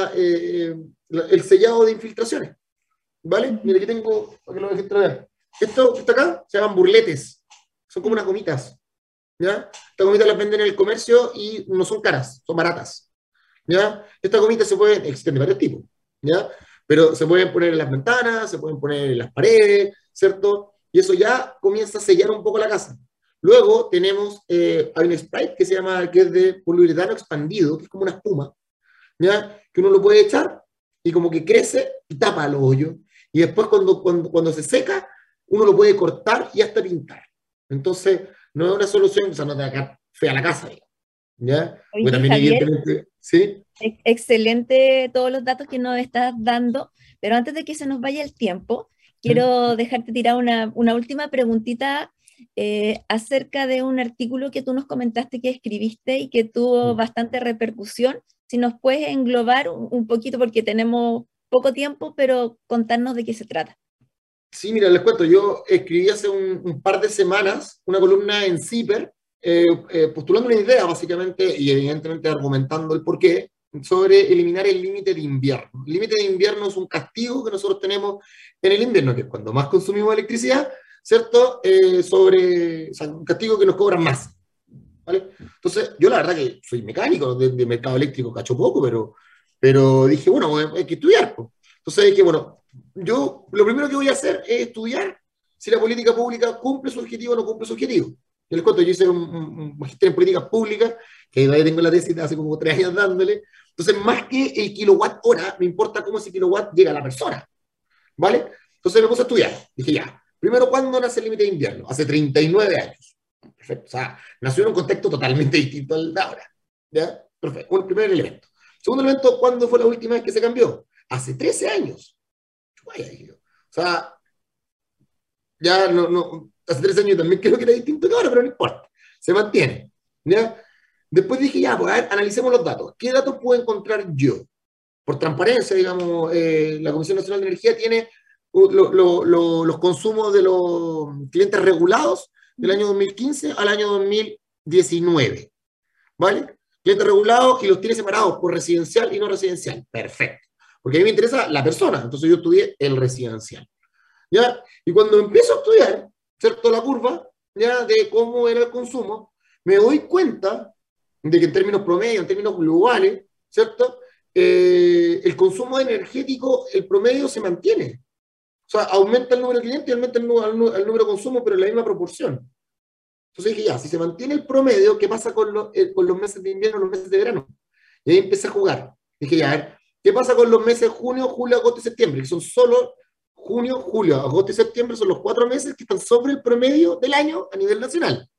el sellado de infiltraciones. ¿Vale? Mira, aquí tengo, para que lo dejen ver. Esto que está acá se llaman burletes, son como unas gomitas. ¿Ya? Estas gomitas las venden en el comercio y no son caras, son baratas. ¿Ya? Estas gomitas se pueden, existen de varios tipos, ¿ya? Pero se pueden poner en las ventanas, se pueden poner en las paredes, ¿cierto? Y eso ya comienza a sellar un poco la casa. Luego tenemos, hay un Sprite que se llama, que es de poliuretano expandido, que es como una espuma, ¿ya? Que uno lo puede echar y como que crece y tapa los hoyos. Y después cuando se seca, uno lo puede cortar y hasta pintar. Entonces, no es una solución, o sea, no te va a quedar fea la casa, ¿ya? Oye, también Javier, evidentemente, ¿sí? Excelente todos los datos que nos estás dando, pero antes de que se nos vaya el tiempo, quiero dejarte tirar una última preguntita acerca de un artículo que tú nos comentaste que escribiste y que tuvo bastante repercusión. Si nos puedes englobar un poquito, porque tenemos poco tiempo, pero contarnos de qué se trata. Sí, mira, les cuento, yo escribí hace un par de semanas una columna en CIPER, postulando una idea básicamente, y evidentemente argumentando el porqué, sobre eliminar el límite de invierno. El límite de invierno es un castigo que nosotros tenemos en el invierno, que es cuando más consumimos electricidad, ¿cierto? O sea, un castigo que nos cobran más, ¿vale? Entonces, yo la verdad que soy mecánico de mercado eléctrico, cacho poco, pero dije, bueno, hay que estudiar, pues. Entonces dije, bueno, yo lo primero que voy a hacer es estudiar si la política pública cumple su objetivo o no cumple su objetivo. Yo les cuento, yo hice un magisterio en políticas públicas, que todavía tengo la tesis de hace como 3 años dándole. Entonces, más que el kilowatt hora, me importa cómo ese kilowatt llega a la persona, ¿vale? Entonces me puse a estudiar. Dije, ya, primero, ¿cuándo nace el límite de invierno? Hace 39 años. Perfecto. O sea, nació en un contexto totalmente distinto al de ahora. ¿Ya? Perfecto. Un primer elemento. Segundo elemento, ¿cuándo fue la última vez que se cambió? Hace 13 años. Vaya, o sea, ya no, hace 13 años también creo que era distinto que ahora, pero no importa. Se mantiene. ¿Ya? Después dije, ya, pues a ver, analicemos los datos. ¿Qué datos puedo encontrar yo? Por transparencia, digamos, la Comisión Nacional de Energía tiene los consumos de los clientes regulados del año 2015 al año 2019, ¿vale? Clientes regulados y los tiene separados por residencial y no residencial. Perfecto. Porque a mí me interesa la persona, entonces yo estudié el residencial, ¿ya? Y cuando empiezo a estudiar, ¿cierto? La curva, ¿ya? De cómo era el consumo, me doy cuenta de que en términos promedio, en términos globales, ¿cierto? El consumo energético, el promedio se mantiene. O sea, aumenta el número de clientes y aumenta el número de consumo, pero en la misma proporción. Entonces dije, ya, si se mantiene el promedio, ¿qué pasa con los meses de invierno y los meses de verano? Y ahí empecé a jugar. Dije, ya, a ver, ¿qué pasa con los meses junio, julio, agosto y septiembre? Que son solo junio, julio, agosto y septiembre, son los 4 meses que están sobre el promedio del año a nivel nacional.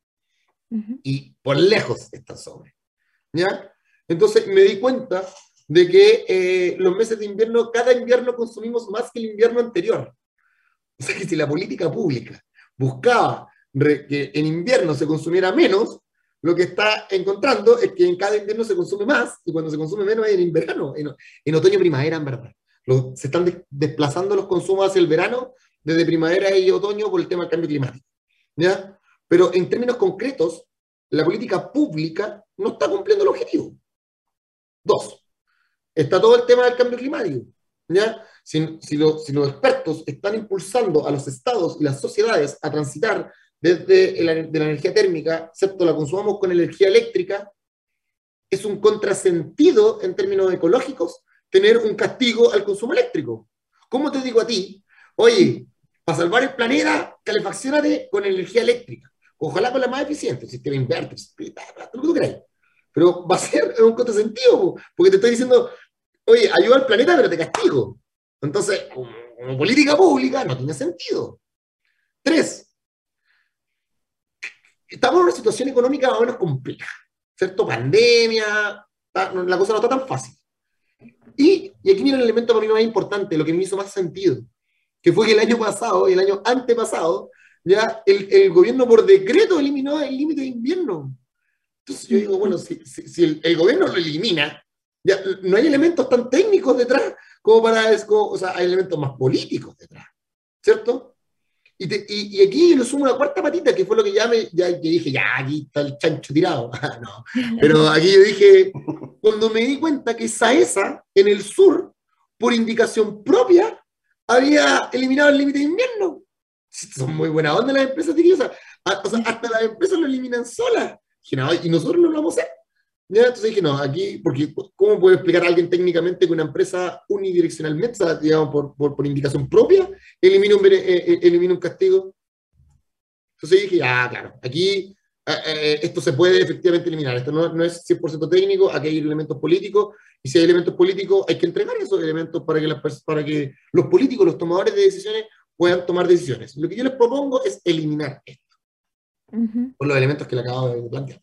Y por lejos están sobre. ¿Ya? Entonces me di cuenta de que los meses de invierno, cada invierno consumimos más que el invierno anterior. O sea que si la política pública buscaba que en invierno se consumiera menos, lo que está encontrando es que en cada invierno se consume más, y cuando se consume menos es en verano, en otoño y primavera, en verdad. Se están desplazando los consumos hacia el verano, desde primavera y otoño, por el tema del cambio climático. ¿Ya? Pero en términos concretos, la política pública no está cumpliendo el objetivo. 2. Está todo el tema del cambio climático. ¿Ya? Si los expertos están impulsando a los estados y las sociedades a transitar desde de la energía térmica, excepto la consumamos con energía eléctrica, es un contrasentido en términos ecológicos tener un castigo al consumo eléctrico. ¿Cómo te digo a ti? Oye, para salvar el planeta, calefacciónate con energía eléctrica. Ojalá con la más eficiente, el sistema inverter, lo que tú queráis. Pero va a ser un contrasentido, porque te estoy diciendo, oye, ayuda al planeta, pero te castigo. Entonces, como política pública, no tiene sentido. 3. Estamos en una situación económica más o menos compleja, ¿cierto? Pandemia, la cosa no está tan fácil. Y aquí viene el elemento para mí más importante, lo que me hizo más sentido, que fue que el año pasado y el año antepasado, ya el gobierno por decreto eliminó el límite de invierno. Entonces yo digo, bueno, si el gobierno lo elimina, ya no hay elementos tan técnicos detrás como para, o sea, hay elementos más políticos detrás, ¿cierto? Y aquí yo le sumo una cuarta patita, que fue lo que ya dije, ya, aquí está el chancho tirado. No. Pero aquí yo dije, cuando me di cuenta que Saesa, en el sur, por indicación propia, había eliminado el límite de invierno. Son muy buena onda las empresas, o sea, hasta las empresas lo eliminan solas. Dije, no, y nosotros no lo vamos a hacer. ¿Ya? Entonces dije, no, aquí, porque ¿cómo puede explicar a alguien técnicamente que una empresa unidireccionalmente, o sea, digamos, por indicación propia, elimina un castigo? Entonces dije, claro, aquí esto se puede efectivamente eliminar, esto no es 100% técnico, aquí hay elementos políticos, y si hay elementos políticos, hay que entregar esos elementos para que los políticos, los tomadores de decisiones, puedan tomar decisiones. Lo que yo les propongo es eliminar esto, por los elementos que le acabo de plantear.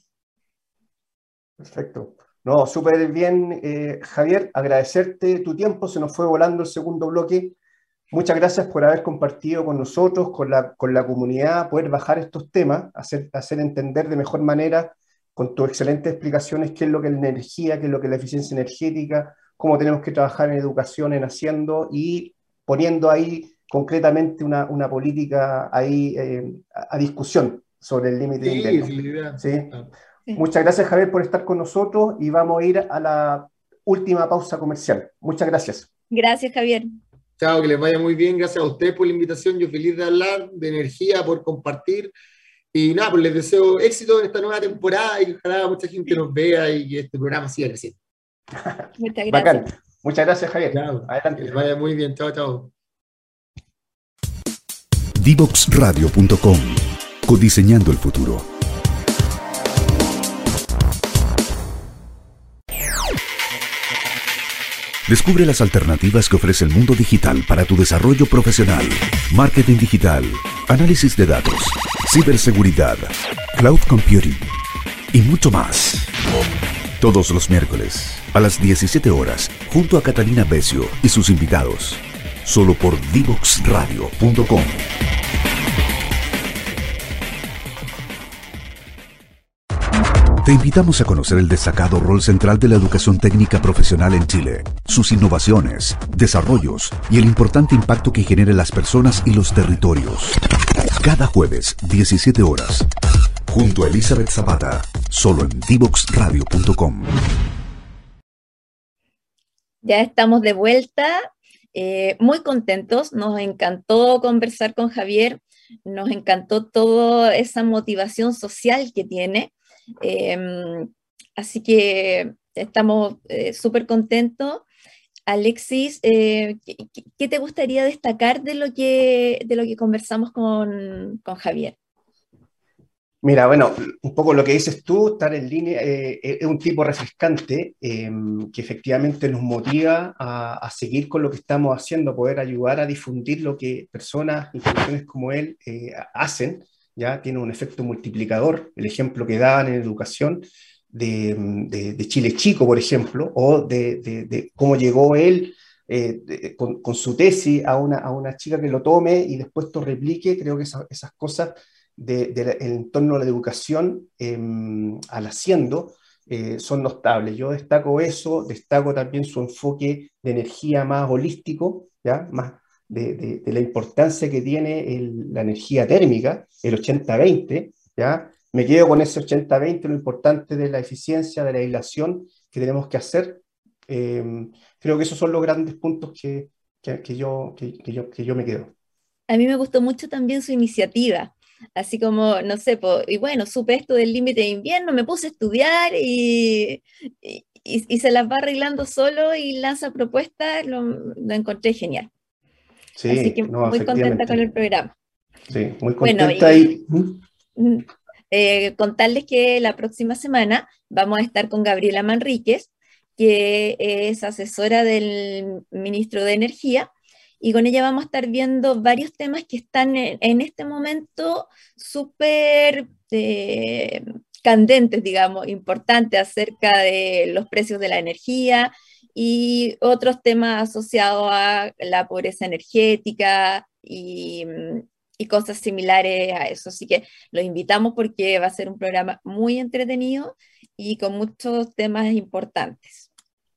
Perfecto. No, súper bien, Javier, agradecerte tu tiempo, se nos fue volando el segundo bloque. Muchas gracias por haber compartido con nosotros, con la comunidad, poder bajar estos temas, hacer entender de mejor manera, con tus excelentes explicaciones, qué es lo que es la energía, qué es lo que es la eficiencia energética, cómo tenemos que trabajar en educación, en haciendo, y poniendo ahí concretamente una política ahí a discusión sobre el límite de invierno. ¿Sí? Muchas gracias, Javier, por estar con nosotros, y vamos a ir a la última pausa comercial. Muchas gracias. Gracias, Javier. Chao, que les vaya muy bien. Gracias a ustedes por la invitación. Yo feliz de hablar de energía, por compartir. Y nada, pues les deseo éxito en esta nueva temporada y que ojalá mucha gente nos vea y que este programa siga creciendo. Muchas gracias. Bacán. Muchas gracias, Javier. Chao. Adelante. Que les vaya muy bien. Chao, chao. Divoxradio.com. Codiseñando el futuro. Descubre las alternativas que ofrece el mundo digital para tu desarrollo profesional. Marketing digital, análisis de datos, ciberseguridad, cloud computing y mucho más. Todos los miércoles a las 17 horas, junto a Catalina Becio y sus invitados. Solo por Divoxradio.com. Te invitamos a conocer el destacado rol central de la educación técnica profesional en Chile, sus innovaciones, desarrollos y el importante impacto que genera en las personas y los territorios. Cada jueves, 17 horas, junto a Elizabeth Zapata, solo en Divoxradio.com. Ya estamos de vuelta, muy contentos, nos encantó conversar con Javier, nos encantó toda esa motivación social que tiene. Así que estamos súper contentos. Alexis, ¿qué te gustaría destacar de lo que conversamos con Javier? Mira, bueno, un poco lo que dices tú, estar en línea, es un tipo refrescante que efectivamente nos motiva a seguir con lo que estamos haciendo, a poder ayudar a difundir lo que personas, instituciones como él hacen. Ya tiene un efecto multiplicador. El ejemplo que daban en educación de Chile Chico, por ejemplo, o de cómo llegó él con su tesis a una chica que lo tome y después lo replique. Creo que esas cosas del entorno de la educación al haciendo son notables. Yo destaco eso, destaco también su enfoque de energía más holístico, ¿ya? Más de la importancia que tiene la energía térmica, el 80-20, ¿ya? Me quedo con ese 80-20, lo importante de la eficiencia, de la aislación que tenemos que hacer. Creo que esos son los grandes puntos que yo me quedo. A mí me gustó mucho también su iniciativa, así como, no sé, y bueno, supe esto del límite de invierno, me puse a estudiar y se las va arreglando solo y lanza propuestas, lo encontré genial. Sí, así que no, muy contenta con el programa. Sí, muy Bueno, contenta y contarles que la próxima semana vamos a estar con Gabriela Manríquez, que es asesora del ministro de Energía, y con ella vamos a estar viendo varios temas que están en este momento súper candentes, digamos, importantes acerca de los precios de la energía y otros temas asociados a la pobreza energética y cosas similares a eso. Así que los invitamos porque va a ser un programa muy entretenido y con muchos temas importantes.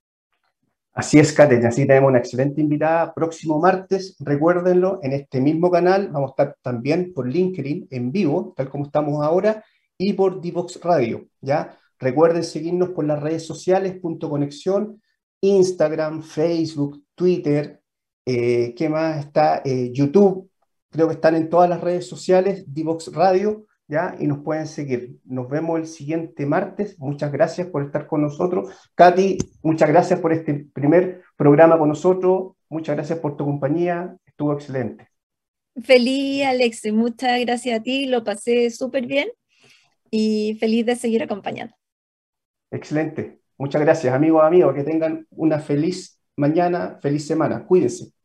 Así es, Kate, así tenemos una excelente invitada. Próximo martes, recuérdenlo, en este mismo canal vamos a estar también por LinkedIn en vivo, tal como estamos ahora, y por Divox Radio, ¿ya? Recuerden seguirnos por las redes sociales, Punto Conexión, Instagram, Facebook, Twitter, ¿qué más está? YouTube, creo que están en todas las redes sociales, Divox Radio, ¿ya? Y nos pueden seguir. Nos vemos el siguiente martes. Muchas gracias por estar con nosotros. Katy, muchas gracias por este primer programa con nosotros. Muchas gracias por tu compañía. Estuvo excelente. Feliz, Alexis. Muchas gracias a ti. Lo pasé súper bien y feliz de seguir acompañando. Excelente. Muchas gracias, amigos. Que tengan una feliz mañana, feliz semana. Cuídense.